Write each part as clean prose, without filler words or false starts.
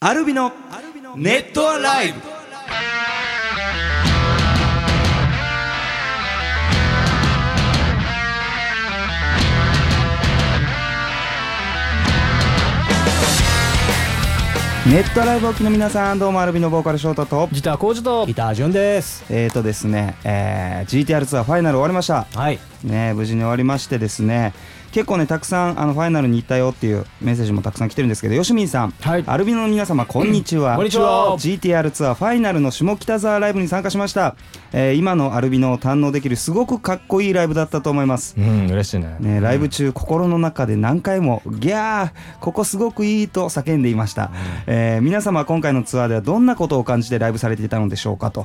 アルビのネットアライブ。ネットライブお聞きの皆さん、どうもアルビのボーカルショートとギターコウジとギタージュンです。 ですね、GTR ツアーファイナル終わりました。 はいね、無事に終わりましてですね、結構ねたくさんファイナルに行ったよっていうメッセージもたくさん来てるんですけど、よしみんさん、 はい、 アルビノの皆様こんにちは。 こんにちは。 GTR ツアーファイナルの下北沢ライブに参加しました。今のアルビノを堪能できるすごくかっこいいライブだったと思います。 嬉しい ね。 ライブ中、心の中で何回もギャーここすごくいいと叫んでいました。皆様今回のツアーではどんなことを感じてライブされていたのでしょうかと。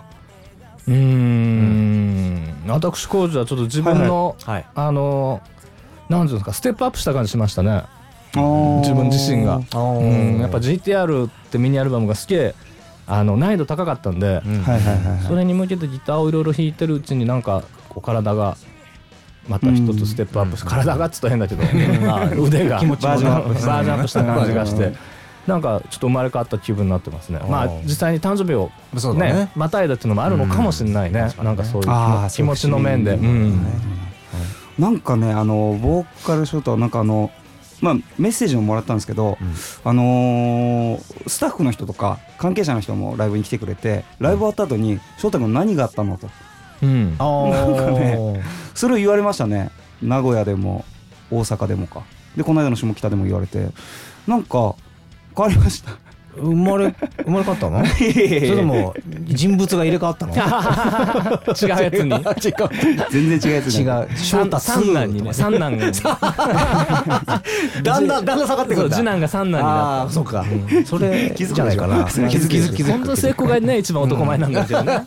私コウジはちょっと自分の、なんていうんですか、ステップアップした感じしましたね。自分自身が、やっぱ GTR ってミニアルバムが好きで、難易度高かったんで、それに向けてギターをいろいろ弾いてるうちになんかこう体がまた一つステップアップして、体がちょっと変だけど腕がバージョンアップした感じがしてなんかちょっと生まれ変わった気分になってますね。まあ実際に誕生日をねまたいだっていうのもあるのかもしれないね。なんかそういう気持ちの面で、 なんかねボーカルショートはなんかメッセージももらったんですけど、スタッフの人とか関係者の人もライブに来てくれて、ライブ終わった後に翔太君何があったのと、なんかねそれを言われましたね。名古屋でも大阪でもかで、この間の下北でも言われて、なんか変わりました。 生まれ変わったの？それとも人物が入れ替わったの？ 違うやつに全然違うやつに違う。三男にね、三男がだんだん下がってくるんだ。 次男が三男になった。 そうか、それじゃないかな。気づく。 本当末っ子がね一番男前なんだけどね。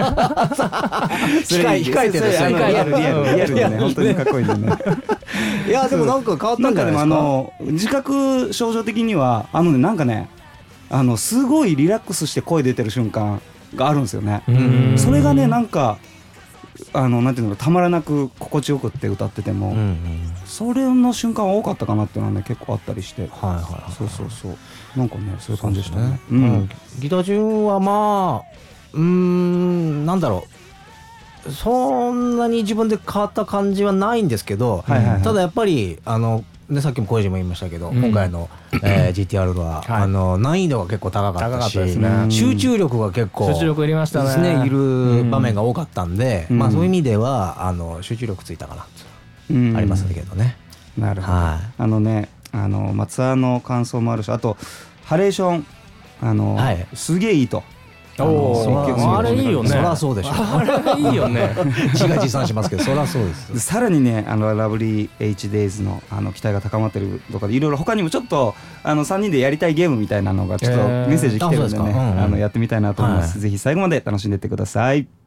控えてる。 リアルでね、本当にかっこいいよね。 いやでもなんか変わったんじゃないですか。 自覚症状的にはなんかねすごいリラックスして声出てる瞬間があるんですよね。それがねなんかなんていうの、たまらなく心地よくって歌ってても、それの瞬間は多かったかなっていうのはね結構あったりして、そうなんかねそういう感じでしたね。 ギター順はまあなんだろう、そんなに自分で変わった感じはないんですけど、ただやっぱりでさっきも小泉も言いましたけど、今回の、GTR は、難易度が結構高かったし、集中力が結構いりましたね。 いる場面が多かったんで、まあそういう意味では集中力ついたかなってありますけどね。 なるほど。ツアーの感想もあるし、あとハレーションすげえいいと。 あれいいよね。 そりゃそうでしょ。 あれいいよね。 自画自賛しますけど、そりゃそうです。 さらにねラブリー HDays の期待が高まってるとかで、いろいろ他にもちょっと3人でやりたいゲームみたいなのがちょっとメッセージ来てるんでね、やってみたいなと思います。ぜひ最後まで楽しんでいってください。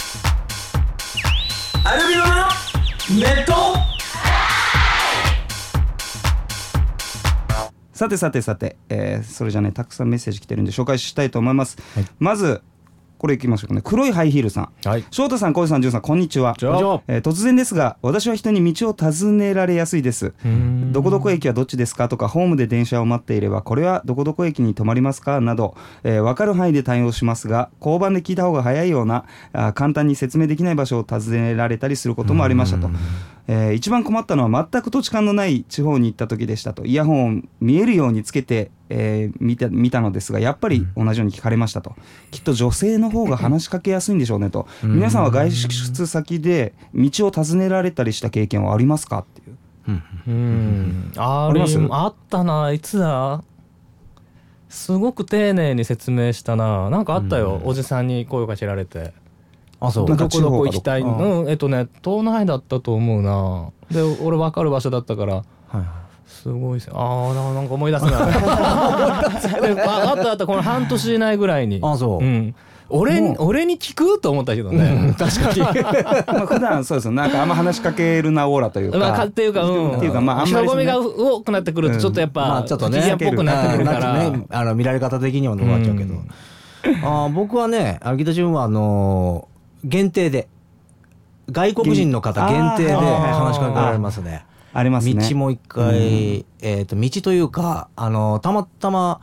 アルビノのネット。さて、それじゃねたくさんメッセージ来てるんで紹介したいと思います。まずこれいきましょうかね。黒いハイヒールさん、翔太さん、小路さん、潤さん、こんにちは。突然ですが、私は人に道を尋ねられやすいです。どこどこ駅はどっちですかとか、ホームで電車を待っていればこれはどこどこ駅に止まりますかなど、分かる範囲で対応しますが、交番で聞いた方が早いような簡単に説明できない場所を尋ねられたりすることもありましたと。一番困ったのは全く土地勘のない地方に行った時でしたと。イヤホンを見えるようにつけて、見たのですが、やっぱり同じように聞かれましたと。きっと女性の方が話しかけやすいんでしょうねと。皆さんは外出先で道を尋ねられたりした経験はありますかっていう。 あったな。いつだ、すごく丁寧に説明したな。なんかあったよ、おじさんに声をかけられて、どこどこ行きたい、島内だったと思うな。で俺分かる場所だったから、すごいです。なんか思い出すな。あったこの半年以内ぐらいに。俺に聞くと思ったけどね。確かに。 普段そうですよ。なんかあんま話しかけるなオーラというか。 っていうか、人混みが多くなってくるとちょっとやっぱちょっとねっぽくなってくるから見られ方的にはどうなっちゃうけど。僕はね、ギター順は限定で外国人の方限定で話しかけられますね。 ありますね。 道も一回、道というかたまたま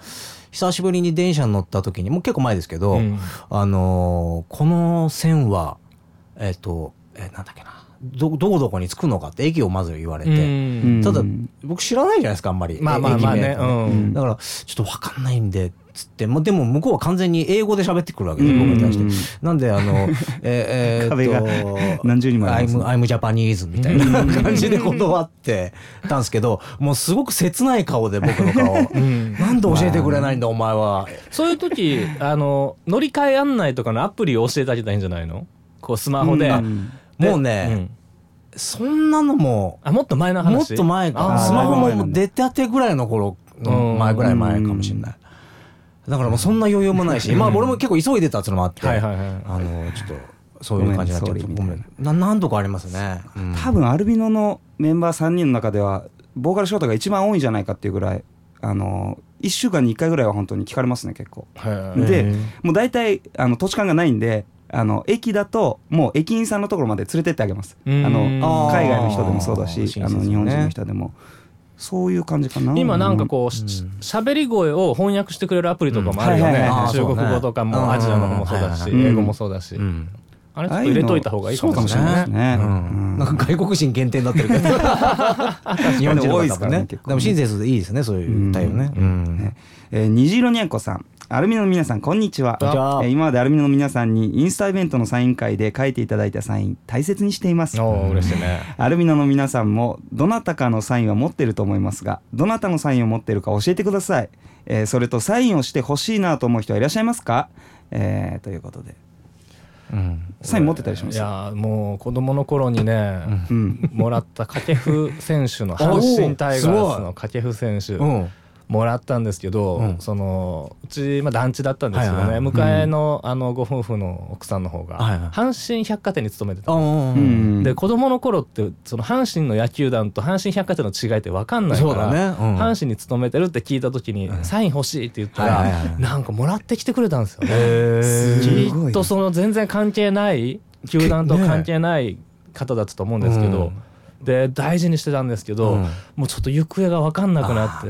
久しぶりに電車に乗った時にもう結構前ですけど、この線はなんだっけな、どこに着くのかって駅をまず言われて、ただ僕知らないじゃないですかあんまり、 まあね、 だからちょっと分かんないんでつって、でも向こうは完全に英語で喋ってくるわけで、僕に対して。なんで壁が何重にもあります、 I'm Japanese みたいな感じで断ってたんですけど、もうすごく切ない顔で僕の顔なんで教えてくれないんだお前は。 そういう時乗り換え案内とかのアプリを教えてあげたらいいんじゃないの？こうスマホで、 もうね、そんなのももっと前の話、 もっと前か、スマホも出たてぐらいの頃の前ぐらい前かもしれない。だからもうそんな余裕もないし、まあ俺も結構急いでたっていうのもあって、ちょっとそういう感じになっちゃって、何度かありますね。 多分アルビノのメンバー3人の中ではボーカルショートが一番多いんじゃないかっていうぐらい、1週間に1回ぐらいは本当に聞かれますね結構。でもう大体土地勘がないんで、駅だともう駅員さんのところまで連れてってあげます。海外の人でもそうだし、日本人の人でもそういう感じかな。 今なんかこう喋り声を翻訳してくれるアプリとかもあるよね。中国語とかもアジアの方もそうだし、英語もそうだし、あれちょっと入れといた方がいいかもしれないですね。 なんか外国人限定になってるけど日本人多いですからね。でも親切でいいですね、そういう対応ね。 虹色にゃんこさん、アルミノの皆さんこんにちは。今までアルミノの皆さんにインスタイベントのサイン会で書いていただいたサイン大切にしています。 嬉しいね。 アルミノの皆さんもどなたかのサインは持ってると思いますが、どなたのサインを持ってるか教えてください。それとサインをしてほしいなと思う人はいらっしゃいますか？ということで、サイン持ってたりします？ いやもう子供の頃にね、もらった掛布選手の阪神タイガースの掛布選手もらったんですけど、うち団地だったんですけどね、向かいのご夫婦の奥さんの方が阪神百貨店に勤めてたんです。で子供の頃ってその阪神の野球団と阪神百貨店の違いって分かんないから、阪神に勤めてるって聞いた時にサイン欲しいって言ったらなんかもらってきてくれたんですよね。きっとその全然関係ない球団と関係ない方だったと思うんですけど、で大事にしてたんですけど、もうちょっと行方が分かんなくなって、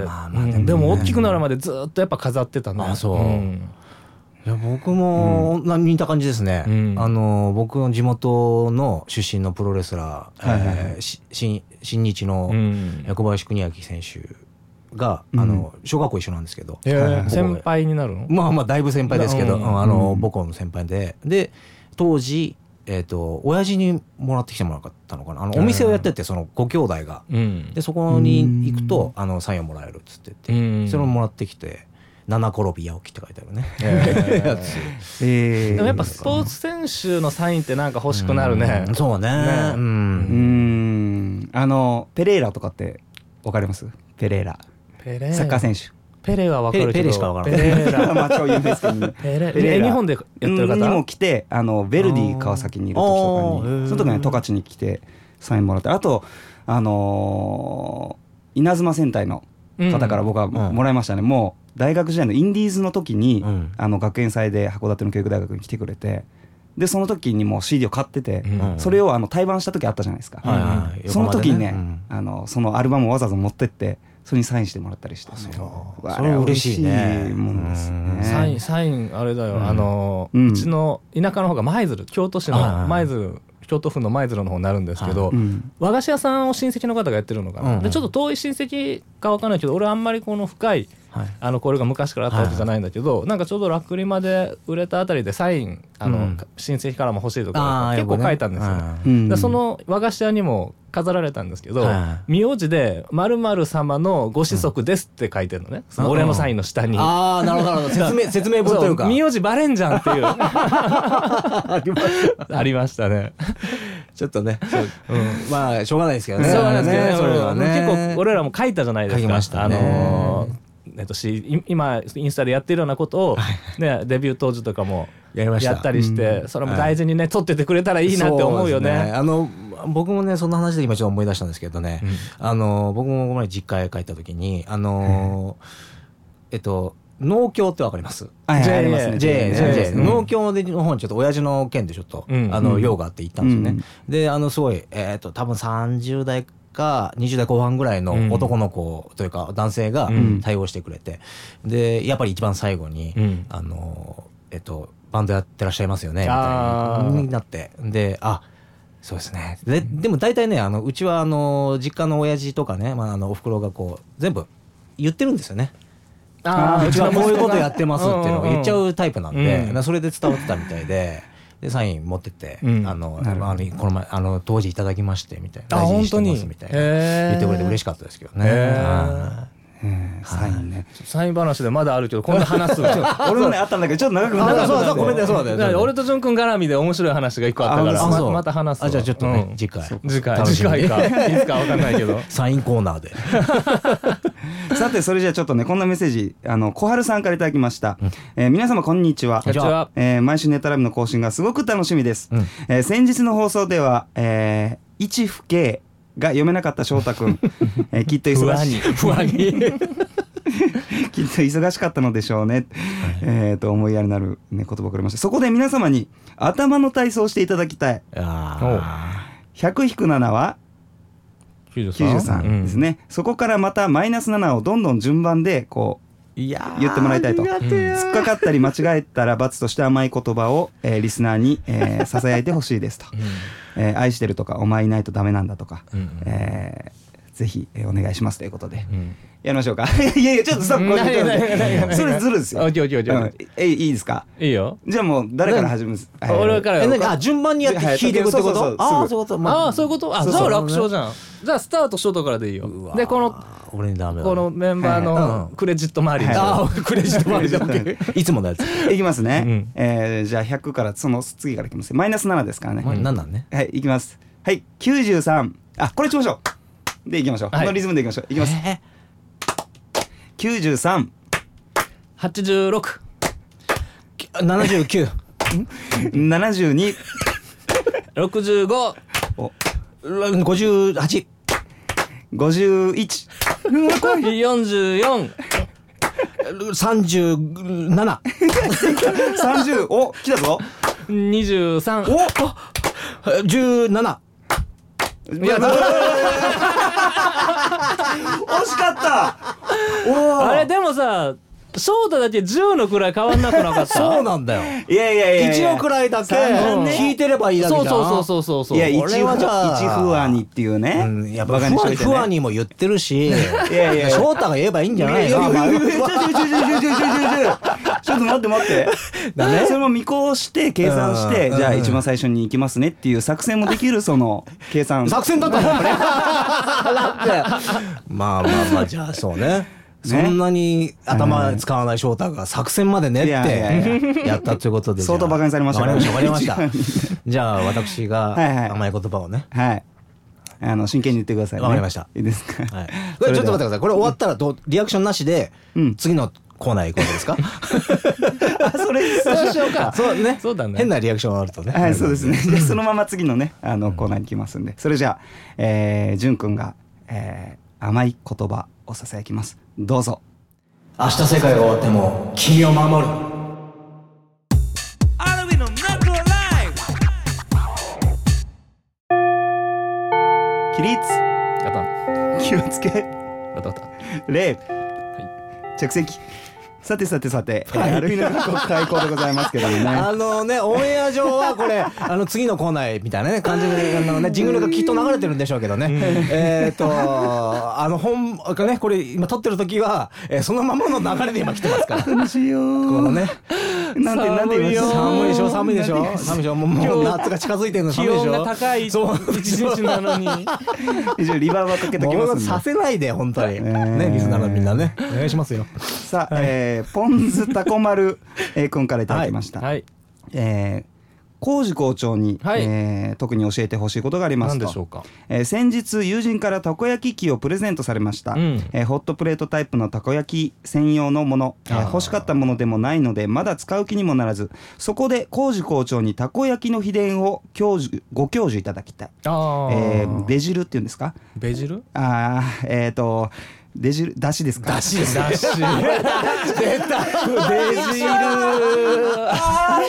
でも大きくなるまでずっとやっぱ飾ってたね。 いや僕も似た感じですね。僕の地元の出身のプロレスラー、新日の小林邦明選手が小学校一緒なんですけど、 先輩になるの？ まあだいぶ先輩ですけど、母校の先輩で当時親父にもらってきてもらったのかな。お店をやってて、そのご兄弟が、でそこに行くとサインをもらえるっつってて、それをもらってきて七転び八起きって書いてあるね。 でもやっぱスポーツ選手のサインってなんか欲しくなるね。 そうね。 ペレイラとかってわかります？ペレイラサッカー選手。 ペレは分かるけど、 ペレしか分からない。 ペレまあ超有名ですけどね。 ペレ日本でやってる方にも来て、ヴェルディ川崎にいる時とかに、その時に十勝に来てサインもらって、あと稲妻戦隊の方から僕はもらいましたね。もう大学時代のインディーズの時に学園祭で函館の教育大学に来てくれて、でその時にもう CD を買ってて、それを対バンした時あったじゃないですか。その時にね、そのアルバムをわざわざ持ってってそれにサインしてもらったりして、 それは嬉しいね。 もんですね。 サインあれだよ、うちの田舎の方が舞鶴、京都市の舞鶴、京都府の舞鶴の方になるんですけど、和菓子屋さんを親戚の方がやってるのかな。でちょっと遠い親戚か分からないけど、俺あんまりこの深いこれが昔からあったわけじゃないんだけど、なんかちょうどラックリマで売れたあたりでサイン親戚からも欲しいとか結構書いたんですよ。でその和菓子屋にも飾られたんですけど、名字で〇〇様のご子息ですって書いてるのね、その俺のサインの下に。 なるほど、説明文というか、 名字バレんじゃんっていうありましたね。 ちょっとね、まあしょうがないですけどね。 しょうがないですけどね、それはね。結構俺らも書いたじゃないですか。 書きましたね。 今インスタでやってるようなことを、ね、デビュー当時とかもやったりして、それも大事にね撮っててくれたらいいなって思うよね。 僕もねそんな話で今ちょっと思い出したんですけどね、僕も前実家へ帰った時に農協ってわかります？JA 農協の方にちょっと親父の件でちょっと用があって行ったんですよね。で、すごい多分30代か20代後半ぐらいの男の子というか男性が対応してくれて、でやっぱり一番最後にバンドやってらっしゃいますよねみたいになって、でそうですね。でも大体ねうちは実家の親父とかね、お袋がこう全部言ってるんですよね。うちはこういうことやってますっていうのを言っちゃうタイプなんで、それで伝わってたみたいで。でサイン持ってって、この前当時いただきましてみたいな、大事にしてますみたいな言ってくれて嬉しかったですけどね。 サインね、 サイン話でまだあるけど今度話す俺もねあったんだけどちょっと長くなった。 そうごめんね、そうだよ。 俺と潤くん絡みで面白い話が一個あったからまた話す。 じゃあちょっとね次回かいつかわかんないけどサインコーナーでさてそれじゃあちょっとねこんなメッセージ小春さんからいただきました。皆様こんにちは。毎週ネタライブの更新がすごく楽しみです。先日の放送では一不敬が読めなかった翔太くんきっと忙しい不安にきっと忙しかったのでしょうね、と思いやりなる、ね、言葉をくれました。そこで皆様に頭の体操をしていただきたい。100-7は93ですね、そこからまたマイナス7をどんどん順番でこう言ってもらいたいと。突っかかったり間違えたら罰として甘い言葉を、リスナーに、ささやいてほしいですと、愛してるとかお前いないとダメなんだとか、ぜひ、お願いしますということで、やりましょうか。いやちょっとストップそれずるですよ。いいですか。 いいよ。 じゃあもう誰から始めます。 俺から順番にやって弾いていくってこと。そういうこと。 そういうこと。じゃあ楽勝じゃん。じゃあスタートショートからでいいよ。でこのメンバーのクレジット周りクレジット周りでいつものやついきますね。じゃあ100からその次からいきます。マイナス7ですからね。 7ね。 はいいきます。はい93。これしましょう。でいきましょう。このリズムでいきましょう。いきます。93、 86、 79、 72、 65、 58、 51、 44、 37、 30、お来たぞ。 23、 17。 いや惜しかった。 あれでもさ翔太だけ10のくらい変わんなくなかった。 そうなんだよ。 いや 1のくらいだけ弾いてればいいだけじゃん。 そういや一不安にっていうね。 やっぱ不安にも言ってるし、いや翔太が言えばいいんじゃないの。 ちょっと待ってそれも見越して計算してじゃあ一番最初に行きますねっていう作戦もできるその計算作戦だったのね。まあじゃあそうね。そんなに頭使わない翔太が作戦まで練ってやったということで相当バカにされました。 わかりました。じゃあ私が甘い言葉をね、 真剣に言ってくださいね。 わかりました。 いいですか。 これちょっと待ってください。これ終わったらリアクションなしで次のコーナー行くわけですか。 そうしようか。 そうだね。 変なリアクションあるとね。 はい、そうですね。そのまま次のねコーナーに行きますんで、それじゃあ潤くんが甘い言葉をささやきます。どうぞ。 明日世界が終わっても君を守る。 起立。気をつけ。礼。着席。さて、アルミの過去開講でございますけどもね。 オンエア上はこれ次のコーナーみたいなね感じでジングルがきっと流れてるんでしょうけどね。これ今撮ってる時はそのままの流れで今来てますから。 楽しいよ。このね。 なんて言いました。 寒いでしょ。もう夏が近づいてるの寒いでしょ。 気温が高い一日なのに。 一応リバーブはかけときますんで。 させないで本当にねリスナーのみんなねお願いしますよ。 さあポンズタコ丸くんからいただきました。浩二校長に特に教えてほしいことがありますと。 何でしょうか。 先日友人からたこ焼き器をプレゼントされました。ホットプレートタイプのたこ焼き専用のもの、欲しかったものでもないのでまだ使う気にもならず、そこで浩二校長にたこ焼きの秘伝をご教授いただきたい。ベジルっていうんですか。 ベジル。 だしですか。 だし出た。デジル。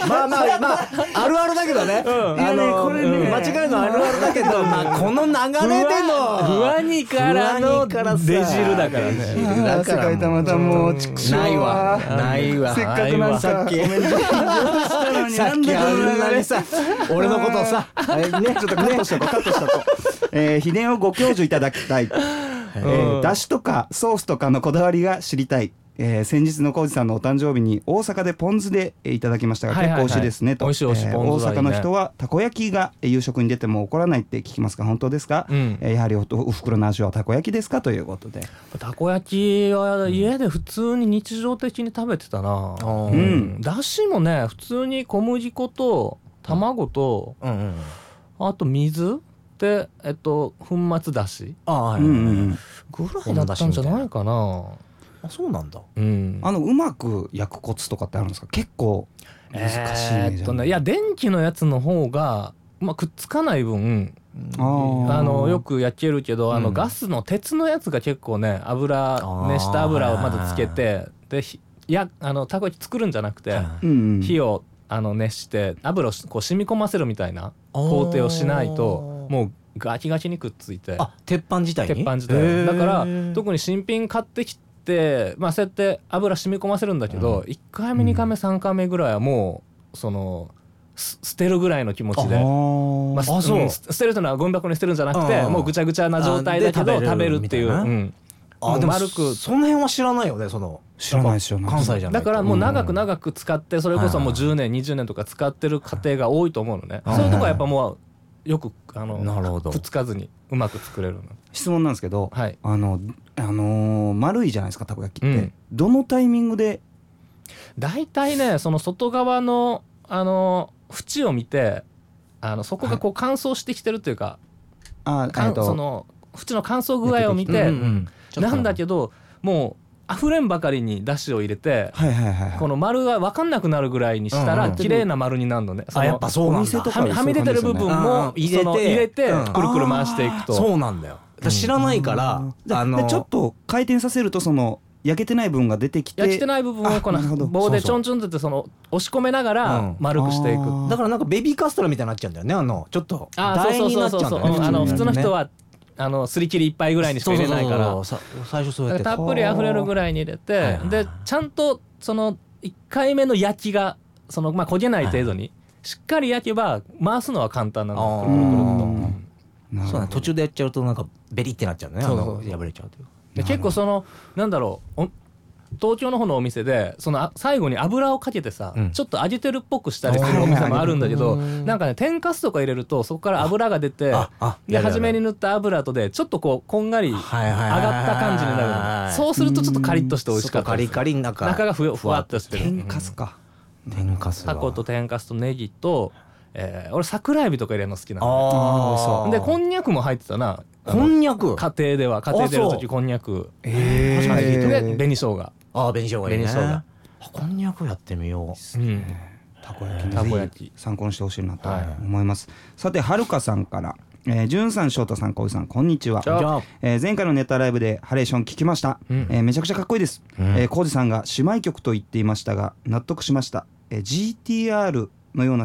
まああるあるだけどね、これね間違いのあるあるだけど、まあこの流れでのふわにからの出汁だからね。 世界たまたもうないわせっかくなんかさっきあんなにさ俺のことをさちょっとカットしとこう秘伝をご教授いただきたい、だしとかソースとかのこだわりが知りたい。先日の浩二さんのお誕生日に大阪でポン酢でいただきましたが、結構美味しいですねと。 美味しい美味しい。 大阪の人はたこ焼きが夕食に出ても怒らないって聞きますが本当ですか？やはりお袋の味はたこ焼きですかということで。 たこ焼きは家で普通に日常的に食べてたな。だしもね普通に小麦粉と卵と、あと水で粉末だしぐらいだったんじゃないかな。 あ、そうなんだ。 うまく焼くコツとかってあるんですか？結構難しいイメージ。 いや電気のやつの方が、くっつかない分よく焼けるけど、ガスの鉄のやつが結構ね熱した油をまずつけて、でたこ焼き作るんじゃなくて、火を熱して油をこう染み込ませるみたいな工程をしないともうガチガチにくっついて。 鉄板自体に。 だから特に新品買ってきてそうやって油染み込ませるんだけど、1回目2回目3回目ぐらいはもう捨てるぐらいの気持ちで、捨てるというのはゴミ箱に捨てるんじゃなくて、もうぐちゃぐちゃな状態だけど食べるっていう。でも丸くその辺は知らないよね。 知らないですよ。 関西じゃない。 だからもう長く使って、それこそもう10年20年とか使ってる家庭が多いと思うのね。そういうとこはやっぱもうよくくっつかずにうまく作れるの。 質問なんですけど、丸いじゃないですかたこ焼きって、どのタイミングで？ だいたいねその外側の縁を見て、そこがこう乾燥してきてるというか、その縁の乾燥具合を見て、なんだけどもう溢れんばかりにだしを入れて、この丸が分かんなくなるぐらいにしたら綺麗な丸になるのね。 やっぱそうなんだ。 はみ出てる部分も入れてくるくる回していくと。 そうなんだよ。知らないから、 ちょっと回転させると焼けてない部分が出てきて、 焼けてない部分をこの棒でちょんちょんって押し込めながら丸くしていく。 だからなんかベビーカステラみたいになっちゃうんだよね。ちょっと楕円になっちゃうんだよね。 普通の人はすり切り1杯ぐらいにしか入れないから、 最初そうやってたっぷり溢れるぐらいに入れて、でちゃんと1回目の焼きが焦げない程度にしっかり焼けば回すのは簡単なの。くるくるくると。そう途中でやっちゃうとなんかベリってなっちゃうね。破れちゃうという。 で結構なんだろう、東京の方のお店で最後に油をかけてさ、ちょっと揚げてるっぽくしたりするお店もあるんだけど、なんかね天かすとか入れるとそこから油が出て、で初めに塗った油とでちょっとこんがり揚がった感じになるの。そうするとちょっとカリッとして美味しかったです。 カリカリ中がふわっとしてる。 天かすか。 天かす。 タコと天かすとネギと、俺桜エビとか入れるの好きなの。でこんにゃくも入ってたな。 こんにゃく。 家庭では出る時こんにゃく。で紅生姜。 紅生姜いいね。こんにゃくやってみよう。 たこ焼き参考にしてほしいなと思います。さてはるかさんから、じゅんさん翔太さんこうさんこんにちは。前回のネタライブでハレーション聞きました。めちゃくちゃかっこいいです。こうじさんが姉妹曲と言っていましたが納得しました。GTR のような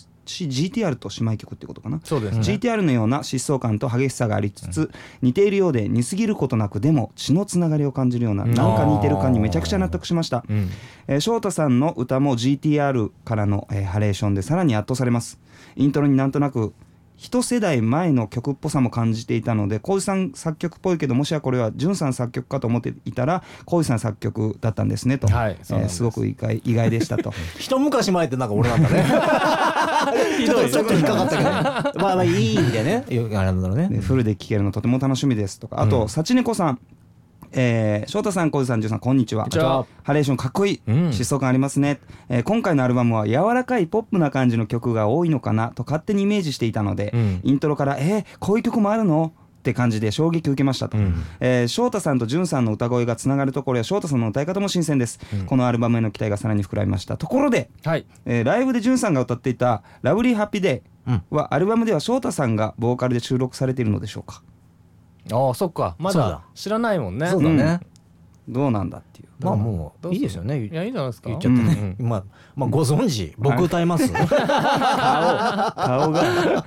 GTR と姉妹曲ってことかな。 そうですね。 GTR のような疾走感と激しさがありつつ、似ているようで似すぎることなく、でも血のつながりを感じるような、なんか似てる感にめちゃくちゃ納得しました。翔太さんの歌も GTR からの、ハレーションでさらに圧倒されます。イントロになんとなく一世代前の曲っぽさも感じていたので、浩二さん作曲っぽいけどもしやこれは潤さん作曲かと思っていたら浩二さん作曲だったんですねと、すごく意外でしたと。 一昔前ってなんか俺なんだねちょっと引っかかったけどまあいい意味でね、あれなんだろうね。 フルで聴けるのとても楽しみですとか、あと幸猫さん、翔太さん、浩二さん、潤さん、こんにちは。ハレーションかっこいい、疾走感ありますね。今回のアルバムは柔らかいポップな感じの曲が多いのかなと勝手にイメージしていたので、イントロからこういう曲もあるのって感じで衝撃を受けましたと。翔太さんと潤さんの歌声がつながるところや翔太さんの歌い方も新鮮です。このアルバムへの期待がさらに膨らみました。ところで、ライブで潤さんが歌っていたラブリーハッピーデイは、アルバムでは翔太さんがボーカルで収録されているのでしょうか。 ああ、そっか、まだ知らないもんね。 そうだね。 どうなんだっていう。 まあもういいですよね。 いやいいじゃないですか。 言っちゃってね。まあご存知、僕歌います。顔が。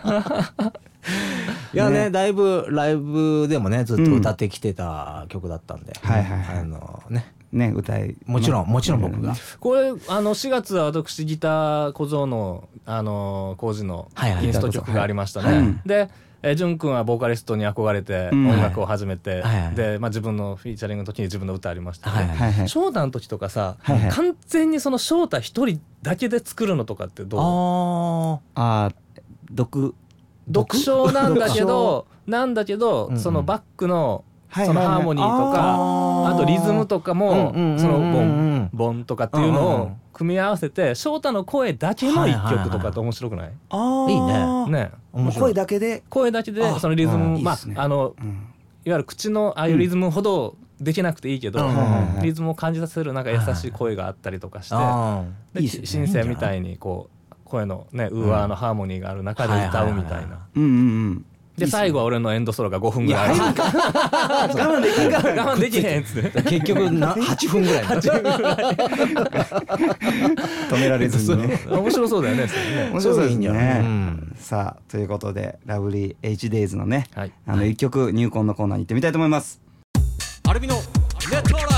いやね、だいぶライブでもねずっと歌ってきてた曲だったんで、 歌いもちろん僕がこれ4月は私ギター小僧の工事のインスト曲がありましたね。で淳君はボーカリストに憧れて音楽を始めて、で自分のフィーチャリングの時に自分の歌ありましたね。翔太の時とかさ、完全にその翔太一人だけで作るのとかってどう？独唱なんだけどそのバックのそのハーモニーとかあとリズムとかもそのボンとかっていうのを組み合わせて翔太の声だけの一曲とかって面白くない？ いいね。 声だけでそのリズム、まあいわゆる口のああいうリズムほどできなくていいけどリズムを感じさせるなんか優しい声があったりとかしてシンセみたいにこう声のねウーアーのハーモニーがある中で歌うみたいな。で最後は俺のエンドソロが5分ぐらい我慢できへんっつって結局8分ぐらい止められずにね。 面白そうだよね。 面白そうですね。さあということでラブリー H デイズのね1曲入魂のコーナーに行ってみたいと思います。 アルビのネットライ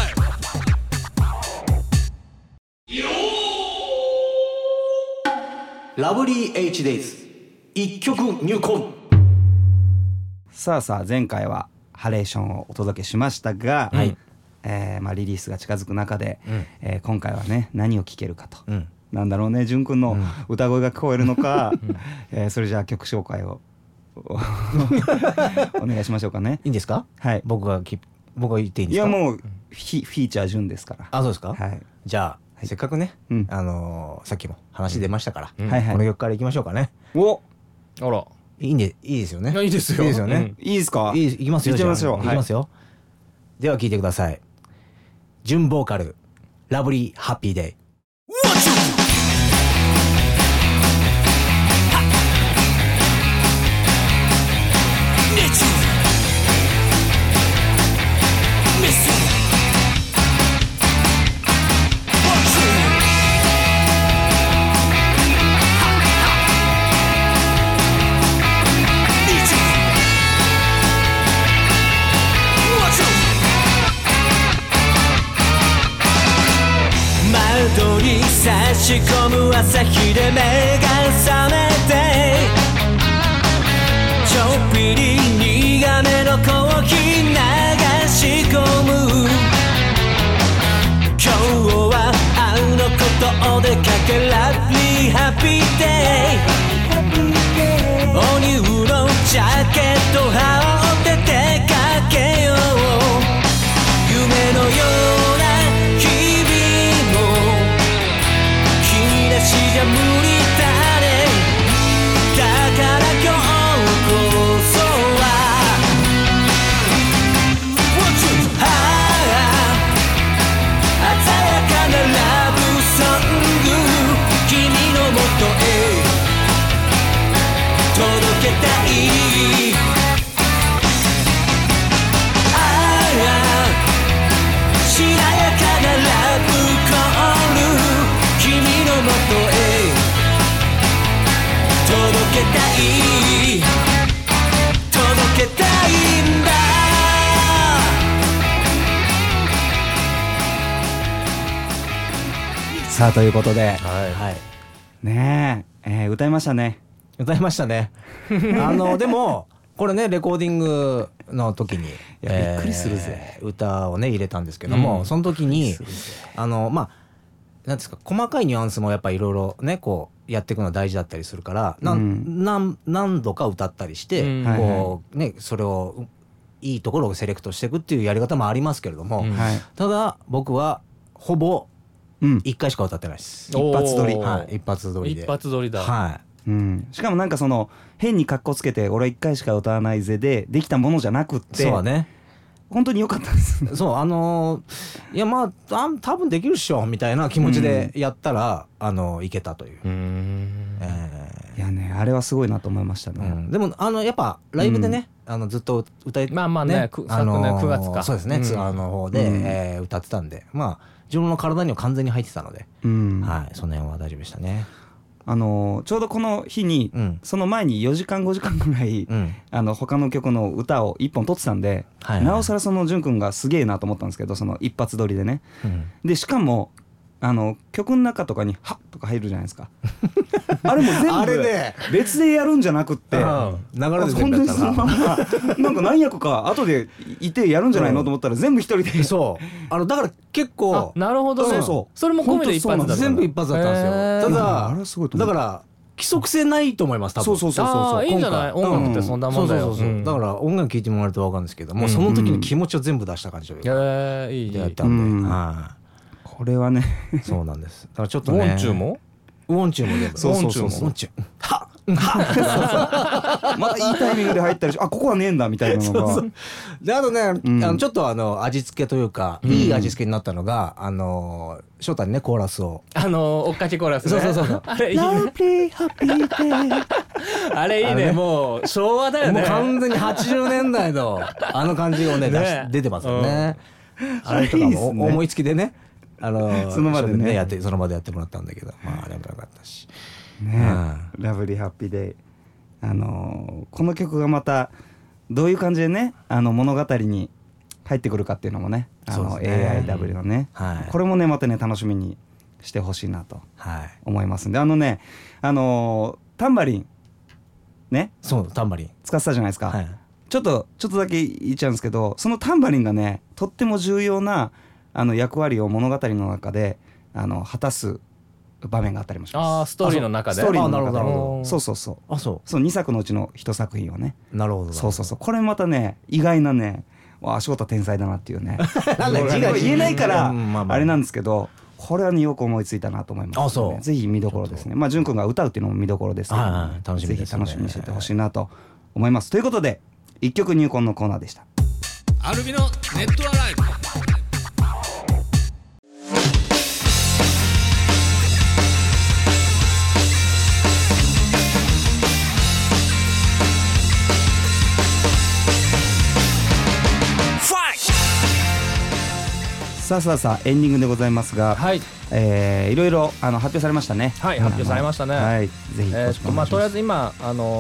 ブラブリー H デイズ1曲入魂。 さあ前回はハレーションをお届けしましたが、リリースが近づく中で、今回はね何を聴けるかと、なんだろうね淳くんの歌声が聞こえるのか、それじゃあ曲紹介をお願いしましょうかね。 いいんですか？はい。僕が言っていいんですか？ いやもうフィーチャー淳ですから。 あ、そうですか？ はい。 じゃあせっかくね、さっきも話出ましたから、この曲からいきましょうかね。 お、あら。 いいですよね。 いいですよ。 いいですよね。 いいですか？ いきますよ。 いきますよ。 いきますよ。では聴いてください。純ボーカルラブリーハッピーデイ。 差し込む朝日で目が覚めてちょっぴり苦めのコーヒー流し込む今日はあの子とお出かけラブリーハッピーデイおニューのジャケット羽織って出かけよう夢のような日々じゃ無理だねだから今日こそは鮮やかなラブソング君のもとへ届けたいしなやかなラブコール君のもとへ届けたいんださあということで、ね歌いましたね。 歌いましたね。でもこれねレコーディングの時にびっくりするぜ、 歌をね入れたんですけども、その時になんですか細かいニュアンスもやっぱりいろいろねこうやっていくのは大事だったりするから何度か歌ったりしてこうねそれをいいところをセレクトしていくっていうやり方もありますけれども、ただ僕はほぼ1回しか歌ってないです。 一発撮り。 一発撮りで。 一発撮りだ。 はい。 しかもなんかその変にカッコつけて俺は1回しか歌わないぜでできたものじゃなくって。 そうだね。 本当に良かったです。 そういやまあ多分できるっしょみたいな気持ちでやったらいけたという。 いやねあれはすごいなと思いましたね。 でもやっぱライブでねずっと歌いまあまあね、昨年9月かそうですね、ツアーの方で歌ってたんで、まあ自分の体には完全に入ってたので、はい、その辺は大丈夫でしたね。 ちょうどこの日に、その前に4時間5時間ぐらい、他の曲の歌を1本撮ってたんで、なおさらその淳君がすげえなと思ったんですけど、その一発撮りでね、でしかも曲の中とかに「はっ」とか入るじゃないですかあれも全部別でやるんじゃなくって流れで全部やったらなんか何役か後でいてやるんじゃないのと思ったら全部一人でそうだから結構なるほどね、それも込みで一発だった全部一発だったんですよ。ただだから規則性ないと思います多分。 そういいんじゃない、音楽ってそんなもんだよ。 だから音楽聴いてもらうと分かるんですけども、その時の気持ちを全部出した感じでやったんで、 これはねそうなんです。だからちょっとね、 ウォンチューもまだいいタイミングで入ったりし、ここはねえんだみたいなのがで、あとね、ちょっと味付けというかいい味付けになったのが翔太にねコーラスを追っかけコーラスね。そうあれいいねあれいいね、もう昭和だよね。 もう完全に80年代の感じをね出てますよね。あれとかも思いつきでねその場でねやってもらったんだけど、まああれもよかったしね。ラブリーハッピーデイ、この曲がまたどういう感じでね物語に入ってくるかっていうのもね、AIW のね、これもねまたね楽しみにしてほしいなと思いますんで、タンバリンね、 そうタンバリン使ってたじゃないですか。ちょっとだけ言っちゃうんですけど、そのタンバリンがねとっても重要な役割を物語の中で果たす場面があったりもします。 ストーリーの中で。 そう2作のうちの1作品をね。 なるほど。 そうこれまたね意外なね、翔太天才だなっていうね言えないからあれなんですけど、これはねよく思いついたなと思いますので、ぜひ見どころですね。まあ淳君が歌うっていうのも見どころですけど、ぜひ楽しみにしててほしいなと思います。ということで一曲入魂のコーナーでした。 アルビのネットアライブ。 さあエンディングでございますが、いろいろ発表されましたね。 発表されましたね。 ぜひとりあえず今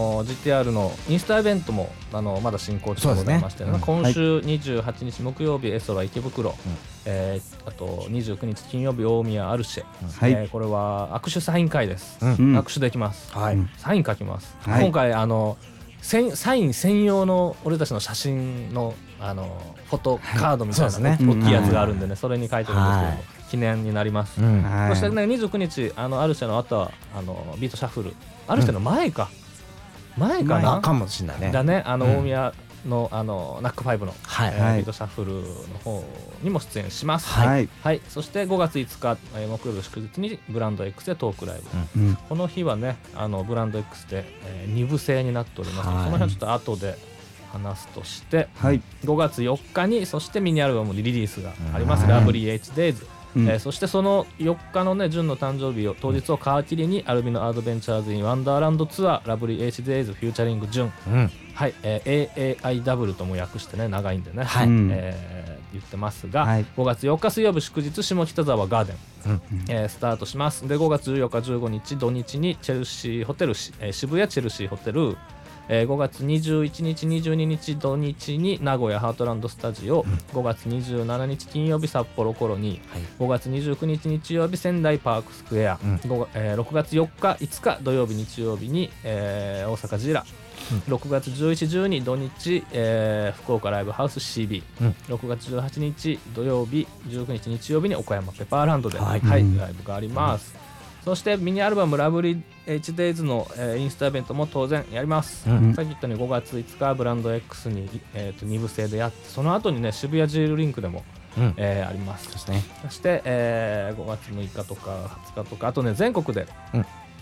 GTR のインスタイベントもまだ進行中でございまして、今週28日木曜日エソラ池袋、あと29日金曜日大宮アルシェ、これは握手サイン会です。握手できます。サイン書きます。今回サイン専用の俺たちの写真のフォトカードみたいな大きいやつがあるんでね、それに書いてるんですけど記念になります。そしてね29日アルシェの後はビートシャッフル、アルシェの前かなかもしれないね。 だね、大宮のナックファイブのビートシャッフルの方にも出演します。そして5月5日木曜日祝日にブランド X でトークライブ、この日はねブランド X で2部制になっております。その辺はちょっと後で話すとして、5月4日にそしてミニアルバムリリースがあります、ラブリー HDays、そしてその4日のね、ジュンの誕生日を当日を皮切りにアルビノアドベンチャーズインワンダーランドツアーラブリー HDays フューチャリングジュン、AAIW とも訳してね長いんでね、言ってますが、5月4日水曜日祝日下北沢ガーデン、スタートします。で5月14日15日土日にチェルシーホテル、渋谷チェルシーホテル、5月21日22日土日に名古屋ハートランドスタジオ、5月27日金曜日札幌コロニー、5月29日日曜日仙台パークスクエア、6月4日5日土曜日日曜日に、大阪ジラ、6月11、12土日、福岡ライブハウス CB、6月18日土曜日19日日曜日に岡山ペパーランドで、ライブがあります。そしてミニアルバムラブリー HDays の、インスタイベントも当然やります。さっき言ったように5月5日ブランド X に、2部制でやって、その後にね渋谷ジールリンクでも、あります。そして、5月6日とか20日とかあとね全国で、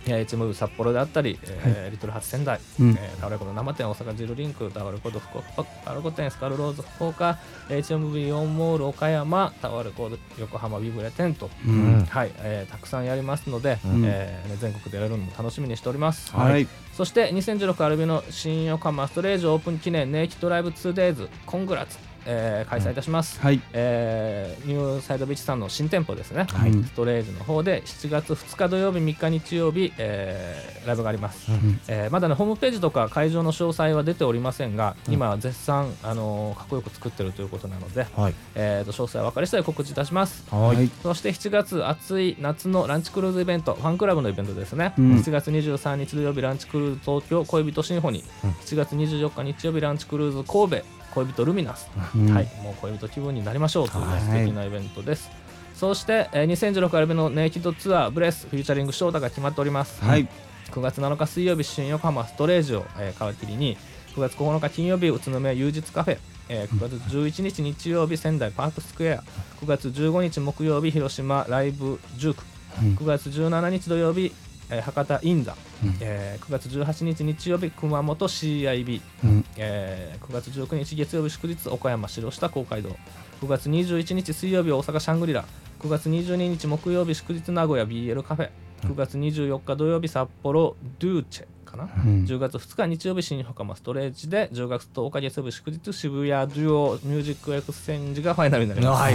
HMV 札幌であったり、リトルハッツ仙台、タワレコの生店大阪ジルリンク、タワレコド福岡、タワレコ店スカルローズ福岡、 HMV オンモール岡山、タワレコ横浜ビブレ店と、たくさんやりますので、全国でやれるのも楽しみにしております。そして2016アルビの新横浜ストレージオープン記念ネイキッドライブ 2days コングラッツ、開催いたします。ニューサイドビーチさんの新店舗ですね、ストレージの方で7月2日土曜日3日日曜日、ライブがあります。まだねホームページとか会場の詳細は出ておりませんが、今絶賛かっこよく作ってるということなので、詳細は分かり次第告知いたします。そして7月暑い夏のランチクルーズイベント、ファンクラブのイベントですね、7月23日土曜日ランチクルーズ東京恋人シンフォニー、7月24日日曜日ランチクルーズ神戸恋人ルミナス、もう恋人気分になりましょうという素敵なイベントです。そして2016アルビのネイキッドツアーブレスフィーチャリングショータが決まっております。9月7日水曜日新横浜ストレージを皮切りに、9月9日金曜日宇都宮休日カフェ、9月11日日曜日仙台パークスクエア、9月15日木曜日広島ライブジューク、9月17日土曜日博多インザ、9月18日日曜日熊本 CIB、9月19日月曜日祝日岡山城下公会堂、9月21日水曜日大阪シャングリラ、9月22日木曜日祝日名古屋 BL カフェ、9月24日土曜日札幌ドゥーチェかな、10月2日日曜日新横浜ストレージで、10月10日月曜日祝日渋谷デュオミュージックエクスチェンジがファイナルになります。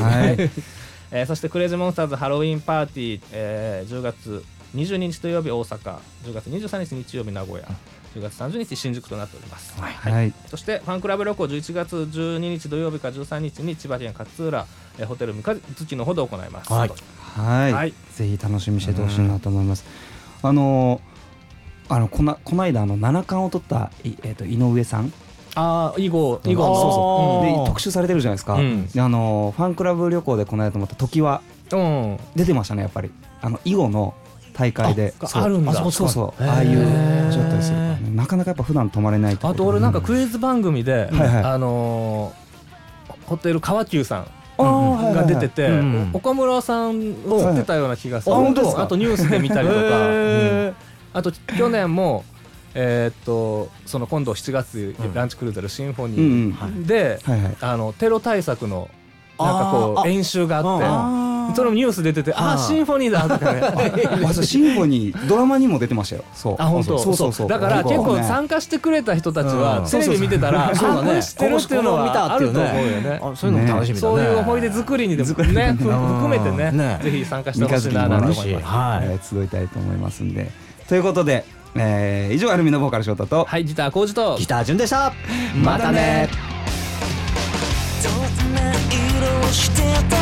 そしてクレイジーモンスターズハロウィンパーティー、10月22日土曜日大阪、10月23日日曜日名古屋、10月30日新宿となっております。そしてファンクラブ旅行11月12日土曜日から13日に千葉県勝浦ホテル三日月の方で行います。 ぜひ楽しみにしててほしいなと思います。この間七冠を取った井上さん、 囲碁で特集されてるじゃないですか。ファンクラブ旅行でこの間と思った時は出てましたね。やっぱり囲碁の大会であるんだ。 そうああいうちょっとするなかなかやっぱ普段泊まれないと。 あと俺なんかクイズ番組でホテル川久さんが出てて、岡村さんを釣ってたような気がする。あとニュースで見たりとか、あと去年もその今度7月ランチクルーズシンフォニーでテロ対策のなんかこう演習があって、それもニュース出てて、シンフォニーだとかねシンフォニードラマにも出てましたよ。 本当。だから結構参加してくれた人たちはテレビ見てたらこれ知ってるっていうのはあると思うよね。 そういうのも楽しみだね。 そういう思い出作りにでもね含めてね、ぜひ参加してほしいなと思います。集いたいと思いますんで。ということで以上アルミのボーカル翔太とギター浩二とギター潤でした。 またね。 どんな色をしてた